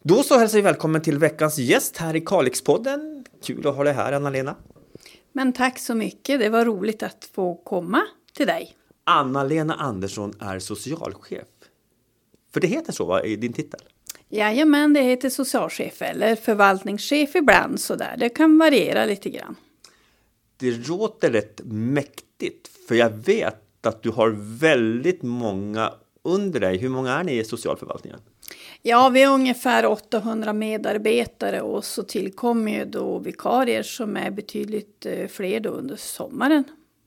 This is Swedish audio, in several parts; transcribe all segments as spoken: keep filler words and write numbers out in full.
Då så hälsar vi välkommen till veckans gäst här i Kalixpodden. Kul att ha dig här, Anna-Lena. Men tack så mycket, det var roligt att få komma till dig. Anna-Lena Andersson är socialchef. För det heter så, va, i din titel? Jajamän, det heter socialchef eller förvaltningschef ibland sådär. Det kan variera lite grann. Det låter rätt mäktigt, för jag vet att du har väldigt många under dig. Hur många är ni i socialförvaltningen? Ja, vi är ungefär åttahundra medarbetare och så tillkommer ju då vikarier som är betydligt fler då under sommaren.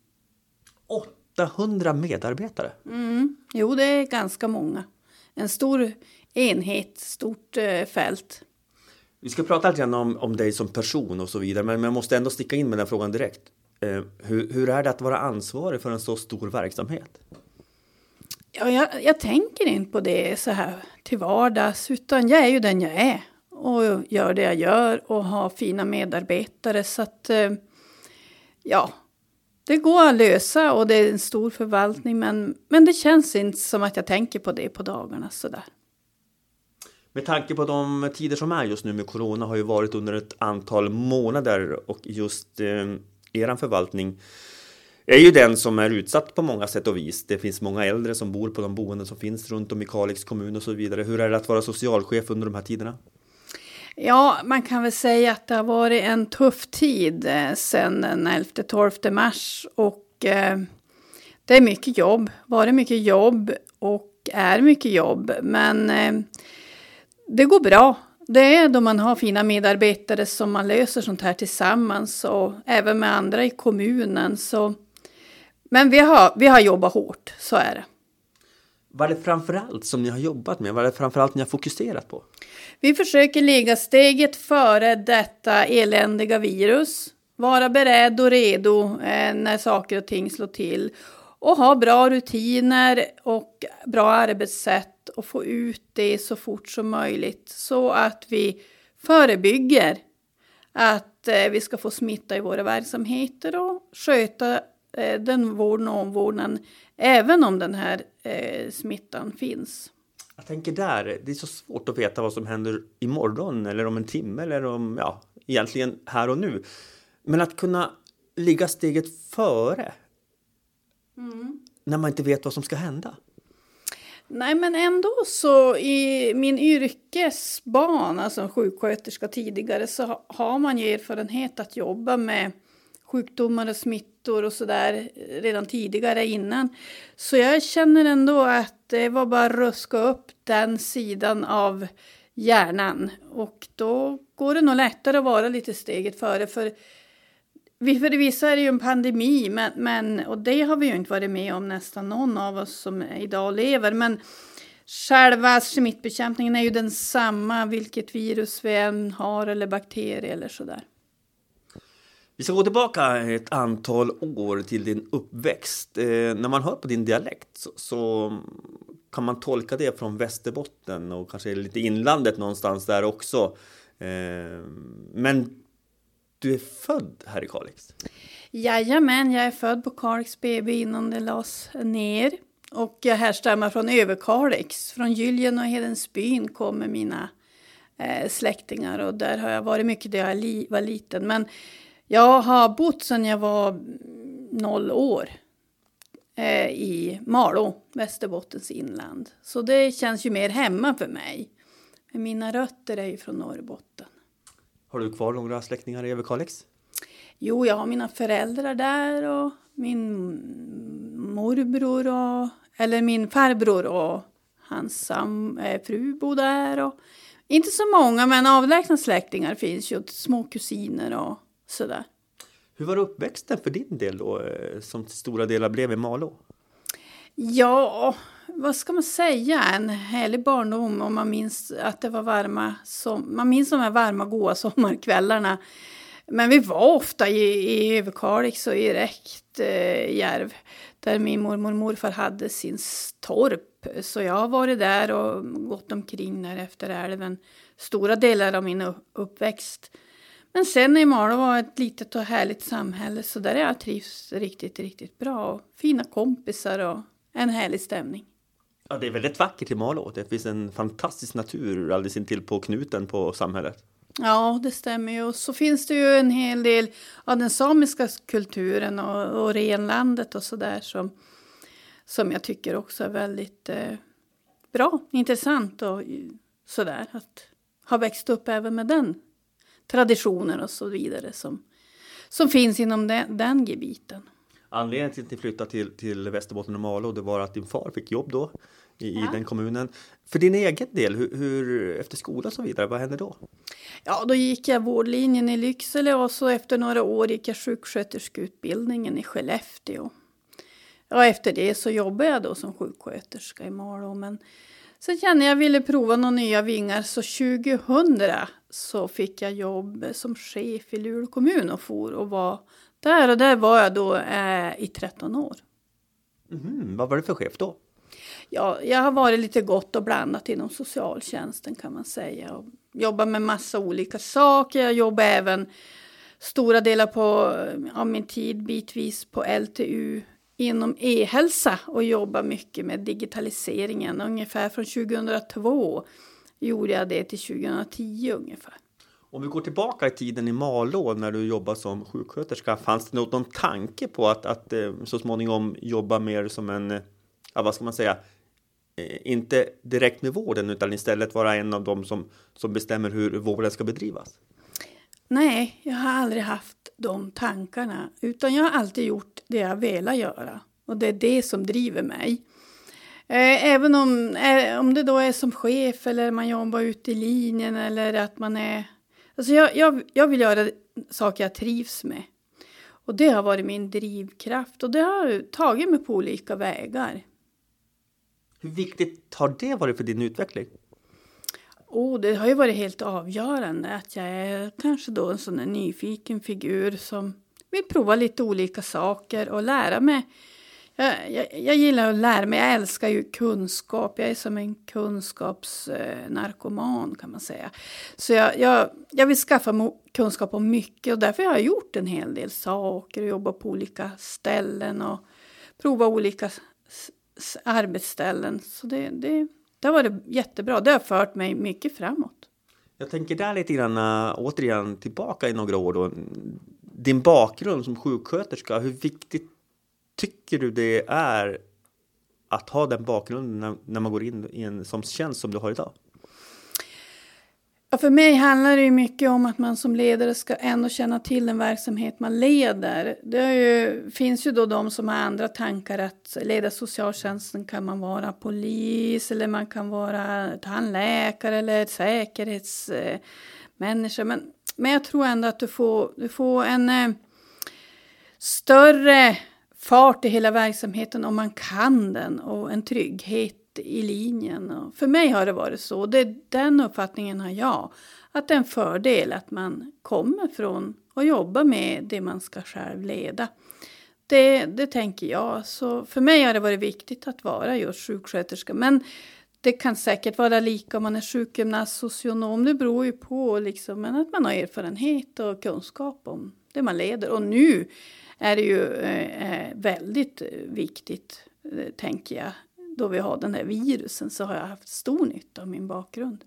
åttahundra medarbetare? Mm, jo, det är ganska många. En stor enhet, stort eh, fält. Vi ska prata lite grann om, om dig som person och så vidare, men jag måste ändå sticka in med den frågan direkt. Eh, hur, hur är det att vara ansvarig för en så stor verksamhet? Ja, jag, jag tänker inte på det så här till vardags, utan jag är ju den jag är och gör det jag gör och har fina medarbetare, så att eh, ja, det går att lösa och det är en stor förvaltning, men, men det känns inte som att jag tänker på det på dagarna sådär. Med tanke på de tider som är just nu med corona har ju varit under ett antal månader, och just eh, eran förvaltning är ju den som är utsatt på många sätt och vis. Det finns många äldre som bor på de boenden som finns runt om i Kalix kommun och så vidare. Hur är det att vara socialchef under de här tiderna? Ja, man kan väl säga att det har varit en tuff tid eh, sedan den elfte till tolfte mars, och eh, det är mycket jobb, var det mycket jobb och är mycket jobb, men eh, det går bra. Det är då man har fina medarbetare som man löser sånt här tillsammans och även med andra i kommunen. Så. Men vi har, vi har jobbat hårt, så är det. Vad är det framförallt som ni har jobbat med? Vad är det framförallt ni har fokuserat på? Vi försöker ligga steget före detta eländiga virus. Vara beredd och redo eh, när saker och ting slår till. Och ha bra rutiner och bra arbetssätt och få ut det så fort som möjligt. Så att vi förebygger att eh, vi ska få smitta i våra verksamheter och sköta eh, den vården och omvårdnaden även om den här eh, smittan finns. Jag tänker där, det är så svårt att veta vad som händer imorgon eller om en timme eller om, ja, egentligen här och nu. Men att kunna ligga steget före mm. när man inte vet vad som ska hända. Nej, men ändå så i min yrkesbana, alltså sjuksköterska tidigare, så har man ju erfarenhet att jobba med sjukdomar och smittor och sådär redan tidigare innan. Så jag känner ändå att det var bara att ruska upp den sidan av hjärnan. Och då går det nog lättare att vara lite steget före. För, för vissa är det ju en pandemi, men, men, och det har vi ju inte varit med om nästan någon av oss som idag lever. Men själva smittbekämpningen är ju densamma vilket virus vi än har eller bakterier eller sådär. Vi ska gå tillbaka ett antal år till din uppväxt. Eh, när man hör på din dialekt så, så kan man tolka det från Västerbotten och kanske lite inlandet någonstans där också. Eh, men du är född här i Kalix? Jajamän, jag är född på Kalix B B innan det lades ner. Och jag härstammar från Överkalix. Från Gyljen och Hedensbyn kommer mina eh, släktingar. Och där har jag varit mycket där jag li- var liten. Men jag har bott sedan jag var noll år eh, i Malå, Västerbottens inland. Så det känns ju mer hemma för mig. Men mina rötter är ju från Norrbotten. Har du kvar några släktingar i Överkalix? Jo, jag har mina föräldrar där och min morbror och, eller min farbror och hans sam, eh, fru bor där. Och, inte så många, men avlägsna släktingar finns ju, små kusiner och sådär. Hur var uppväxten för din del då, som till stora delar blev i Malå? Ja, vad ska man säga? En härlig barndom, om man minns att det var varma, som, man minns de här varma goda sommarkvällarna. Men vi var ofta i, i Överkalix och i Räktjärv, där min mormor och morfar hade sin torp. Så jag har varit där och gått omkring där efter älven stora delar av min uppväxt. Men sen i Malå var ett litet och härligt samhälle, så där jag trivs riktigt, riktigt bra. Och fina kompisar och en härlig stämning. Ja, det är väldigt vackert i Malå. Det finns en fantastisk natur alldeles intill på knuten på samhället. Ja, det stämmer ju. Och så finns det ju en hel del av den samiska kulturen och, och renlandet och sådär som, som jag tycker också är väldigt eh, bra, intressant och sådär. Att ha växt upp även med den traditionen och så vidare som, som finns inom den, den gebiten. Anledningen till att ni flyttade till, till Västerbotten och Malå, det var att din far fick jobb då i, ja. i den kommunen. För din egen del, hur, hur, efter skolan och så vidare, vad hände då? Ja, då gick jag vårdlinjen i Lycksele och så efter några år gick jag sjuksköterskeutbildningen i Skellefteå. Ja, efter det så jobbade jag då som sjuksköterska i Malå, men sen kände jag att jag ville prova några nya vingar, så tjugohundra så fick jag jobb som chef i Luleå kommun och for och var där, och där var jag då eh, i tretton år. Mm, vad var det för chef då? Ja, jag har varit lite gott och blandat inom socialtjänsten kan man säga. Och jobbat med massa olika saker. Jag jobbar även stora delar på av min tid bitvis på L T U inom e-hälsa och jobbar mycket med digitaliseringen. Ungefär från tjugohundratvå gjorde jag det till tjugohundratio ungefär. Om vi går tillbaka i tiden i Malå när du jobbade som sjuksköterska, fanns det någon tanke på att, att så småningom jobba mer som en, ja, vad ska man säga, inte direkt med vården utan istället vara en av dem som, som bestämmer hur vården ska bedrivas? Nej, jag har aldrig haft de tankarna, utan jag har alltid gjort det jag velat göra, och det är det som driver mig. Även om, om det då är som chef eller man jobbar ute i linjen eller att man är... Alltså jag, jag, jag vill göra saker jag trivs med. Och det har varit min drivkraft. Och det har tagit mig på olika vägar. Hur viktigt har det varit för din utveckling? Oh, det har ju varit helt avgörande. Att jag är kanske då en sån här nyfiken figur som vill prova lite olika saker och lära mig. Jag, jag, jag gillar att lära mig. Jag älskar ju kunskap. Jag är som en kunskapsnarkoman kan man säga. Så jag, jag, jag vill skaffa kunskap om mycket. Och därför har jag gjort en hel del saker. Och jobbat på olika ställen. Och prova olika s- s- arbetsställen. Så det, det, det har varit jättebra. Det har fört mig mycket framåt. Jag tänker där lite grann återigen tillbaka i några år då. Din bakgrund som sjuksköterska. Hur viktigt tycker du det är att ha den bakgrunden när, när man går in i en som tjänst som du har idag? Ja, för mig handlar det ju mycket om att man som ledare ska ändå känna till den verksamhet man leder. Det är ju, finns ju då de som har andra tankar att leda socialtjänsten kan man vara polis eller man kan vara tandläkare eller säkerhetsmänniska. Men, men jag tror ändå att du får, du får en eh, större fart i hela verksamheten om man kan den och en trygghet i linjen. Och för mig har det varit så. Det, den uppfattningen har jag. Att det är en fördel att man kommer från och jobbar med det man ska själv leda. Det, det tänker jag. Så för mig har det varit viktigt att vara just sjuksköterska. Men det kan säkert vara lika om man är sjukgymnast, socionom. Det beror ju på liksom, men att man har erfarenhet och kunskap om det man leder. Och nu är det ju eh, väldigt viktigt, eh, tänker jag. Då vi har den här virusen så har jag haft stor nytta av min bakgrund.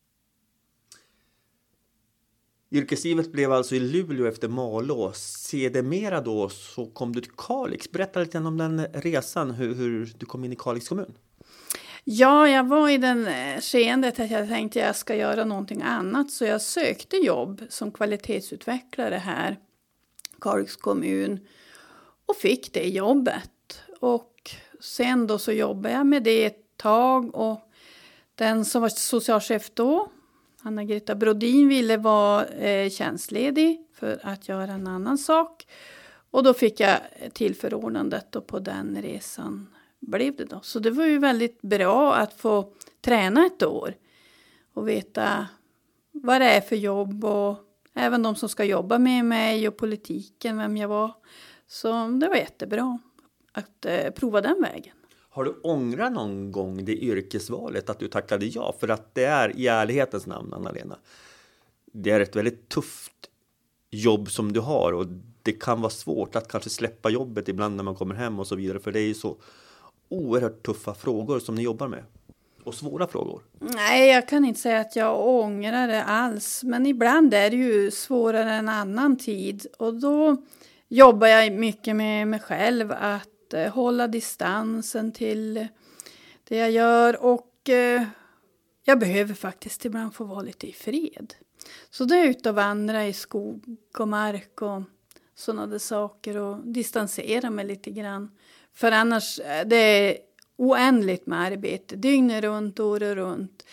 Yrkeslivet blev alltså i Luleå efter Malå. Sedermera då så kom du till Kalix. Berätta lite om den resan, hur, hur du kom in i Kalix kommun. Ja, jag var i den skeendet att jag tänkte att jag ska göra någonting annat. Så jag sökte jobb som kvalitetsutvecklare här. Kalix kommun. Och fick det jobbet. Och sen då så jobbade jag med det ett tag. Och den som var socialchef då, Anna-Greta Brodin, ville vara eh, tjänstledig för att göra en annan sak. Och då fick jag tillförordnandet och på den resan blev det då. Så det var ju väldigt bra att få träna ett år. Och veta vad det är för jobb och även de som ska jobba med mig och politiken, vem jag var. Så det var jättebra att eh, prova den vägen. Har du ångrat någon gång det yrkesvalet att du tackade ja? För att det är i ärlighetens namn, Anna-Lena. Det är ett väldigt tufft jobb som du har och det kan vara svårt att kanske släppa jobbet ibland när man kommer hem och så vidare. För det är ju så oerhört tuffa frågor som ni jobbar med? Och svåra frågor? Nej, jag kan inte säga att jag ångrar det alls. Men ibland är det ju svårare än annan tid. Och då jobbar jag mycket med mig själv. Att eh, hålla distansen till det jag gör. Och eh, jag behöver faktiskt ibland få vara lite i fred. Så då är jag ute och vandrar i skog och mark och sådana där saker. Och distansera mig lite grann. För annars, det är oändligt med arbete. Dygnet runt, året runt.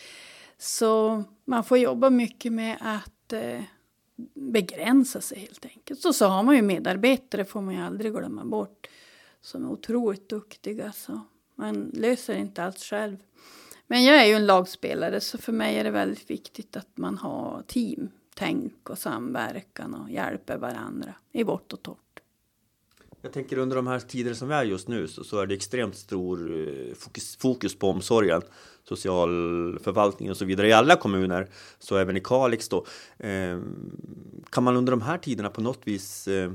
Så man får jobba mycket med att eh, begränsa sig helt enkelt. Så, så har man ju medarbetare, får man ju aldrig glömma bort. Som är otroligt duktiga. Så man löser inte allt själv. Men jag är ju en lagspelare, så för mig är det väldigt viktigt att man har team, tänk och samverkan och hjälper varandra i vått och torrt. Jag tänker under de här tider som vi är just nu så, så är det extremt stor fokus, fokus på omsorgen, social förvaltning och så vidare i alla kommuner, så även i Kalix då. Eh, kan man under de här tiderna på något vis eh,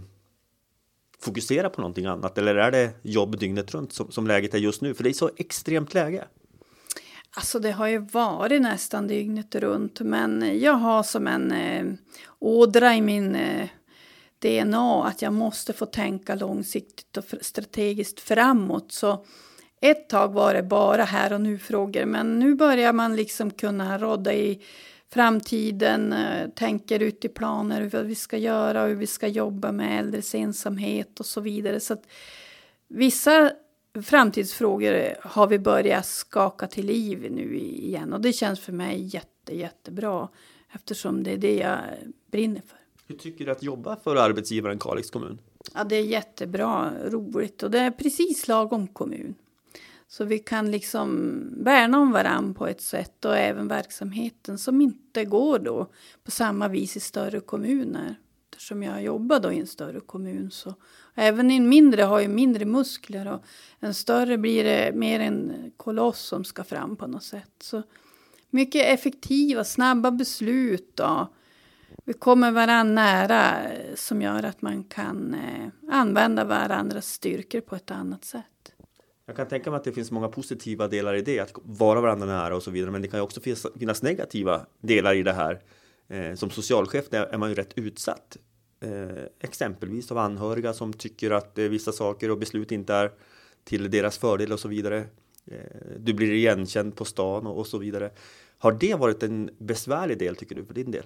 fokusera på någonting annat, eller är det jobb dygnet runt som, som läget är just nu? För det är så extremt läge. Alltså det har ju varit nästan dygnet runt, men jag har som en eh, ådra i min eh, D N A att jag måste få tänka långsiktigt och strategiskt framåt. Så ett tag var det bara här och nu frågor, men nu börjar man liksom kunna råda i framtiden, eh, tänker ut i planer vad vi ska göra och hur vi ska jobba med äldres ensamhet och så vidare. Så att vissa framtidsfrågor har vi börjat skaka till liv nu igen. Och det känns för mig jätte, jättebra. Eftersom det är det jag brinner för. Hur tycker du att jobba för arbetsgivaren Kalix kommun? Ja, det är jättebra, roligt. Och det är precis lagom kommun. Så vi kan liksom värna om varann på ett sätt. Och även verksamheten som inte går då på samma vis i större kommuner. Eftersom jag jobbar då i en större kommun så även en mindre har ju mindre muskler och en större blir det mer en koloss som ska fram på något sätt. Så mycket effektiva, snabba beslut då. Vi kommer varann nära som gör att man kan eh, använda varandras styrkor på ett annat sätt. Jag kan tänka mig att det finns många positiva delar i det, att vara varandra nära och så vidare. Men det kan ju också finnas negativa delar i det här. Eh, som socialchef är man ju rätt utsatt. Eh, exempelvis av anhöriga som tycker att eh, vissa saker och beslut inte är till deras fördel och så vidare. Eh, du blir igenkänd på stan och, och så vidare. Har det varit en besvärlig del tycker du för din del?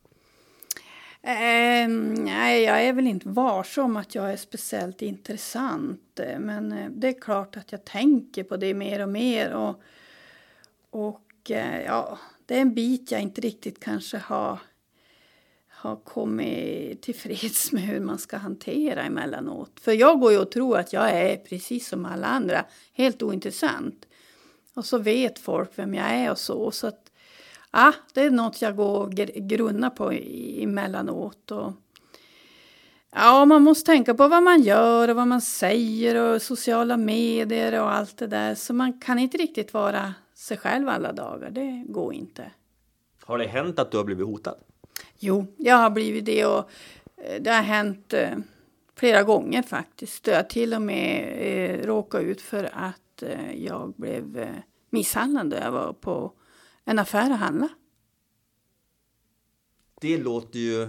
Eh, nej, jag är väl inte varse om att jag är speciellt intressant. Men eh, det är klart att jag tänker på det mer och mer. Och, och eh, ja, det är en bit jag inte riktigt kanske har, har kommit tillfreds med hur man ska hantera emellanåt. För jag går ju och tror att jag är precis som alla andra, helt ointressant. Och så vet folk vem jag är och så. Så att ja, det är något jag går och grunnar på emellanåt. Och ja, man måste tänka på vad man gör och vad man säger och sociala medier och allt det där. Så man kan inte riktigt vara sig själv alla dagar, det går inte. Har det hänt att du har blivit hotad? Jo, jag har blivit det och det har hänt eh, flera gånger faktiskt. Jag till och med eh, råkade ut för att eh, jag blev eh, misshandlad när jag var på en affär att handla. Det låter ju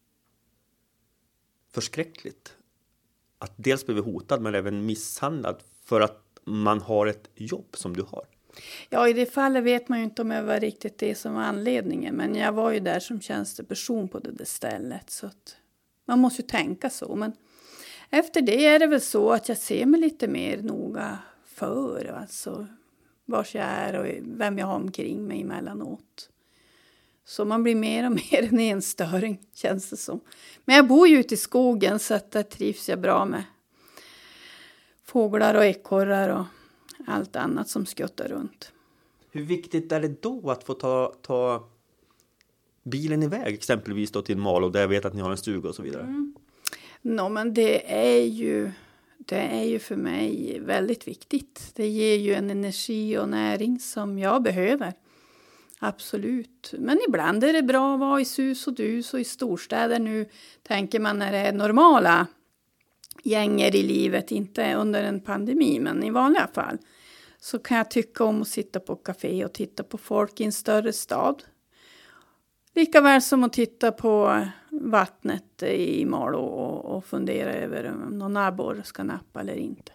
förskräckligt. Att dels bli hotad men även misshandlad för att man har ett jobb som du har. Ja, i det fallet vet man ju inte om jag var riktigt det som var anledningen. Men jag var ju där som tjänsteperson på det där stället. Så att man måste ju tänka så. Men efter det är det väl så att jag ser mig lite mer noga för. Alltså vars jag är och vem jag har omkring mig emellanåt. Så man blir mer och mer en enstöring, känns det som. Men jag bor ju ute i skogen så att där trivs jag bra med fåglar och ekorrar och allt annat som skuttar runt. Hur viktigt är det då att få ta, ta bilen iväg exempelvis då till Malå där jag vet att ni har en stuga och så vidare? Mm. No, men det är ju det är ju för mig väldigt viktigt. Det ger ju en energi och näring som jag behöver. Absolut. Men ibland är det bra att vara i sus och dus och i storstäder nu tänker man när det är normala gänger i livet, inte under en pandemi, men i vanliga fall, så kan jag tycka om att sitta på café och titta på folk i en större stad. Lika väl som att titta på vattnet i Malå och, och fundera över om någon abborre ska nappa eller inte.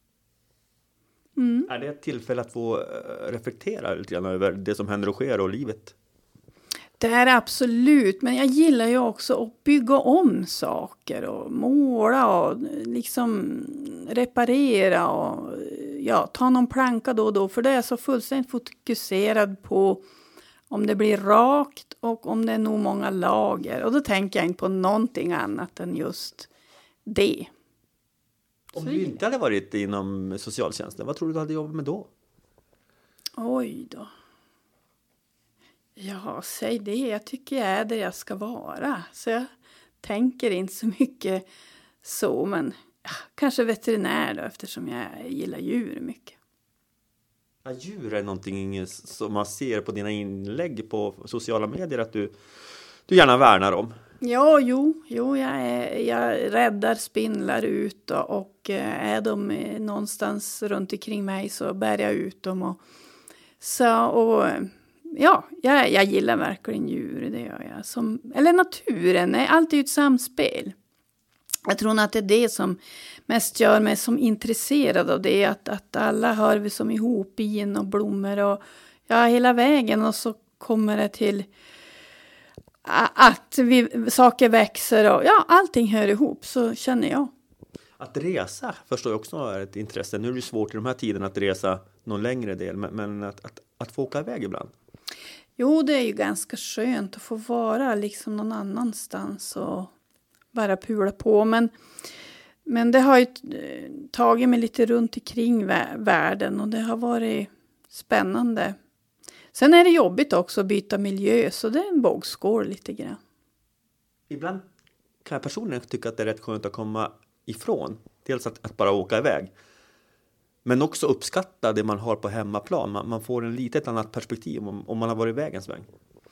Mm. Är det ett tillfälle att få reflektera lite grann över det som händer och sker och livet? Det är absolut, men jag gillar ju också att bygga om saker och måla och liksom reparera och ja, ta någon planka då och då. För det är så fullständigt fokuserad på om det blir rakt och om det är nog många lager. Och då tänker jag inte på någonting annat än just det. Om du inte hade varit inom socialtjänsten, vad tror du du hade jobbat med då? Oj då. Ja, säg det. Jag tycker jag är där jag ska vara. Så jag tänker inte så mycket så. Men ja, kanske veterinär då, eftersom jag gillar djur mycket. Ja, djur är någonting som man ser på dina inlägg på sociala medier att du, du gärna värnar om. Ja, jo, jo jag, är, jag räddar spindlar ut och, och är de någonstans runt omkring mig så bär jag ut dem. Och, så, och ja, jag, jag gillar verkligen djur, det gör jag. Som, eller naturen, är alltid ett samspel. Jag tror att det är det som mest gör mig som intresserad av det. Att, att alla hör vi som ihop, bin och blommor och ja, hela vägen. Och så kommer det till att vi, saker växer och ja, allting hör ihop, så känner jag. Att resa förstår jag också är ett intresse. Nu är det svårt i de här tiderna att resa någon längre del, men, men att, att, att få åka iväg ibland. Jo, det är ju ganska skönt att få vara liksom någon annanstans och bara pula på. Men, men det har ju tagit mig lite runt omkring världen och det har varit spännande. Sen är det jobbigt också att byta miljö, så det är en vågskål lite grann. Ibland kan jag personligen tycka att det är rätt skönt att komma ifrån. Dels att, att bara åka iväg. Men också uppskatta det man har på hemmaplan. Man, man får en litet annat perspektiv om, om man har varit iväg en sväng.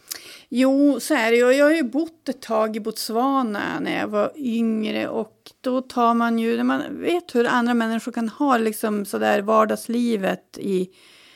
Jo, så är det ju. Jag har ju bott ett tag i Botswana när jag var yngre. Och då tar man ju, när man vet hur andra människor kan ha liksom sådär vardagslivet i,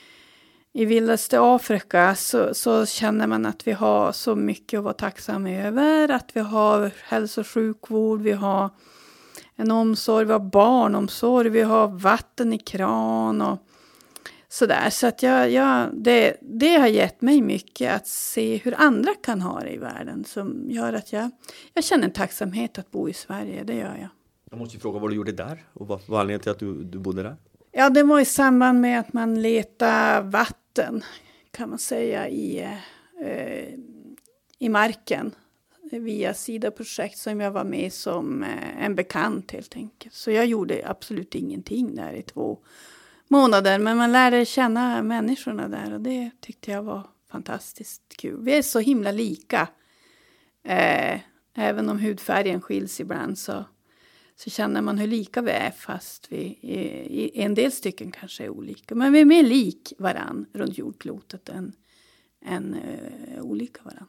i vildaste Afrika. Så, så känner man att vi har så mycket att vara tacksam över. Att vi har hälso- och sjukvård, vi har en omsorg, vi har barnomsorg, vi har vatten i kran och sådär. Så att jag, jag, det, det har gett mig mycket att se hur andra kan ha det i världen. Som gör att jag, jag känner en tacksamhet att bo i Sverige, det gör jag. Jag måste ju fråga vad du gjorde där och vad var anledningen till att du, du bodde där? Ja, det var i samband med att man letar vatten, kan man säga, i, eh, i marken. Via Sida-projekt som jag var med som en bekant helt enkelt. Så jag gjorde absolut ingenting där i två månader. Men man lärde känna människorna där och det tyckte jag var fantastiskt kul. Vi är så himla lika. Eh, även om hudfärgen skiljs ibland så, så känner man hur lika vi är fast vi i, i en del stycken kanske är olika. Men vi är mer lik varann runt jordklotet än, än eh, olika varann.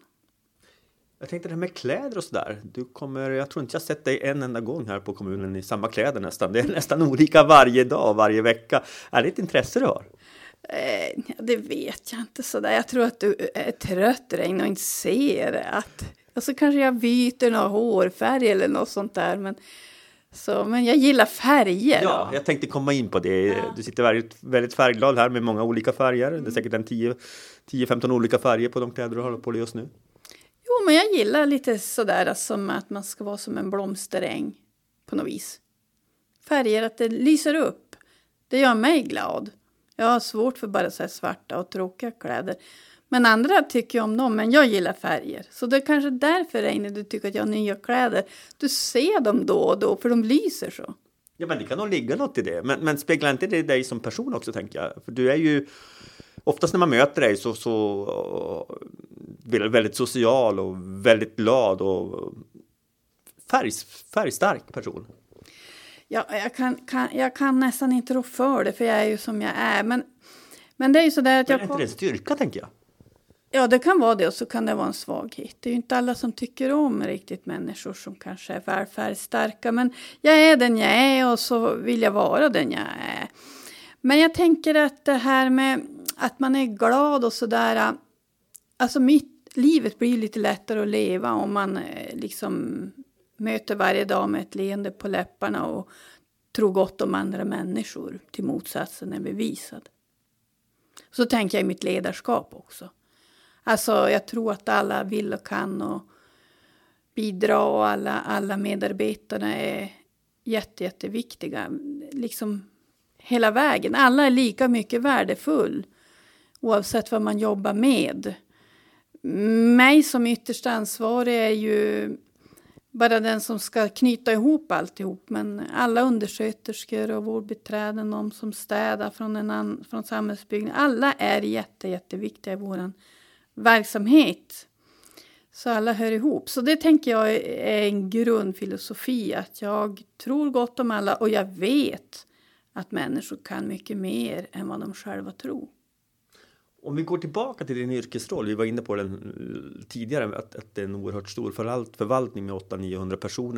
Jag tänkte det här med kläder och sådär. Du kommer, jag tror inte jag sett dig en enda gång här på kommunen i samma kläder nästan. Det är nästan olika varje dag, varje vecka. Är det ett intresse du har? Eh, det vet jag inte sådär. Jag tror att du är trött Regn och inte ser att... Och så kanske jag byter någon hårfärg eller något sånt där. Men, så, men jag gillar färger. Ja, då. jag tänkte komma in på det. Ja. Du sitter väldigt, väldigt färgglad här med många olika färger. Det är säkert en tio femton olika färger på de kläder du har på dig just nu. Jo, men jag gillar lite sådär som att man ska vara som en blomsteräng på något vis. Färger, att det lyser upp. Det gör mig glad. Jag har svårt för bara så här svarta och tråkiga kläder. Men andra tycker om dem, men jag gillar färger. Så det är kanske därför, Reine, du tycker att jag har nya kläder. Du ser dem då och då, för de lyser så. Ja, men det kan nog ligga något i det. Men, men speglar inte det dig som person också, tänker jag? För du är ju... Oftast när man möter dig så, så väldigt social och väldigt glad och färg, färgstark person. Ja, jag kan, kan, jag kan nästan inte rå för det, för jag är ju som jag är. Men, men det är ju så där att men jag... är inte det en styrka, tänker jag? Ja, det kan vara det och så kan det vara en svaghet. Det är ju inte alla som tycker om riktigt människor som kanske är välfärdsstarka. Men jag är den jag är och så vill jag vara den jag är. Men jag tänker att det här med att man är glad och sådär. Alltså mitt, livet blir lite lättare att leva om man liksom möter varje dag med ett leende på läpparna och tror gott om andra människor till motsatsen är bevisad. Så tänker jag i mitt ledarskap också. Alltså jag tror att alla vill och kan och bidra och alla, alla medarbetarna är jätte, jätteviktiga. Liksom hela vägen. Alla är lika mycket värdefull oavsett vad man jobbar med. Mig som ytterst ansvarig är ju bara den som ska knyta ihop alltihop. Men alla undersköterskor och vårdbiträden, de som städar från, en an, från samhällsbyggnad. Alla är jätte, jätteviktiga i vår verksamhet. Så alla hör ihop. Så det tänker jag är en grundfilosofi. Att jag tror gott om alla och jag vet att människor kan mycket mer än vad de själva tror. Om vi går tillbaka till din yrkesroll, vi var inne på den tidigare, att, att det är en oerhört stor förvaltning med åtta till niohundra personer.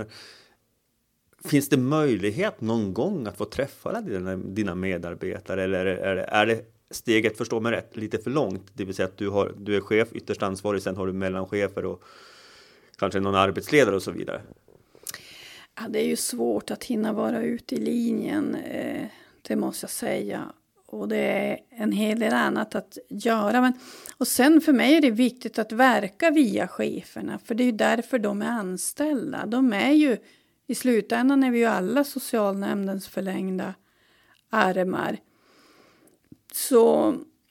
Finns det möjlighet någon gång att få träffa alla dina, dina medarbetare eller är det, är det steget, förstå mig rätt, lite för långt? Det vill säga att du, har, du är chef, ytterst ansvarig, sen har du mellanchefer och kanske någon arbetsledare och så vidare. Ja, det är ju svårt att hinna vara ute i linjen, det måste jag säga. Och det är en hel del annat att göra. Men, och sen för mig är det viktigt att verka via cheferna. För det är ju därför de är anställda. De är ju, i slutändan är vi ju alla socialnämndens förlängda armar. Så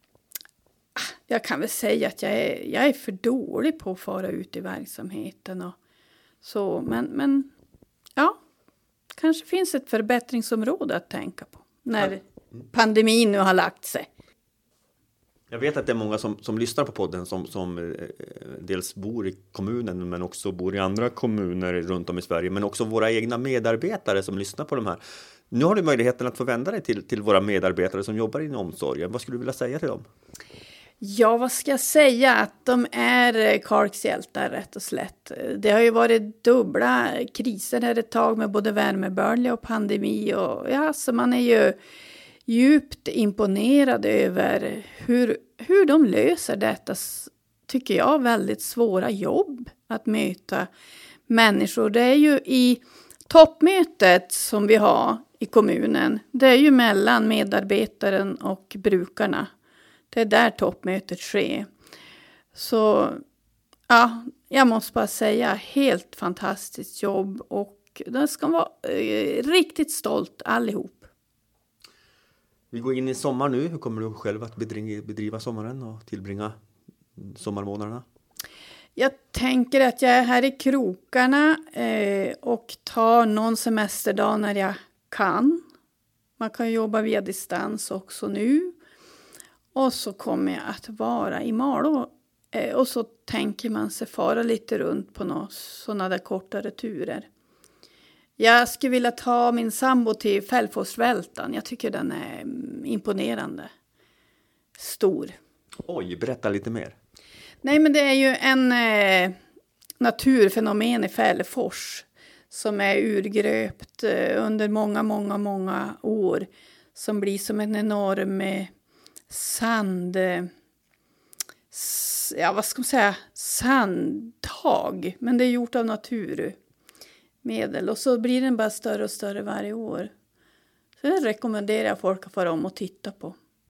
jag kan väl säga att jag är, jag är för dålig på att fara ut i verksamheten. Och så, men, men ja, kanske finns ett förbättringsområde att tänka på när pandemin nu har lagt sig. Jag vet att det är många som, som lyssnar på podden som, som eh, dels bor i kommunen men också bor i andra kommuner runt om i Sverige. Men också våra egna medarbetare som lyssnar på de här. Nu har du möjligheten att få vända dig till, till våra medarbetare som jobbar inom omsorgen. Vad skulle du vilja säga till dem? Ja, vad ska jag säga? Att de är Kalks hjältar rätt och slätt. Det har ju varit dubbla kriser här ett tag med både värmebölja och pandemi. Och, ja, så man är ju djupt imponerad över hur, hur de löser detta, tycker jag, väldigt svåra jobb att möta människor. Det är ju i toppmötet som vi har i kommunen, det är ju mellan medarbetaren och brukarna. Det är där toppmötet sker. Så ja, jag måste bara säga, helt fantastiskt jobb och det ska vara eh, riktigt stolt allihop. Vi går in i sommar nu. Hur kommer du själv att bedriva, bedriva sommaren och tillbringa sommarmånaderna? Jag tänker att jag är här i krokarna eh, och tar någon semesterdag när jag kan. Man kan jobba via distans också nu. Och så kommer jag att vara i Malå. Eh, och så tänker man sig fara lite runt på några sådana där kortare turer. Jag skulle vilja ta min sambo till Fällforsvältan. Jag tycker den är imponerande. Stor. Oj, berätta lite mer. Nej, men det är ju en eh, naturfenomen i Fällfors som är urgröpt eh, under många, många, många år. Som blir som en enorm eh, sand... Eh, s, ja, vad ska man säga? Sandtag. Men det är gjort av naturmedel. Och så blir den bara större och större varje år. Så det rekommenderar jag folk att fara om och titta på.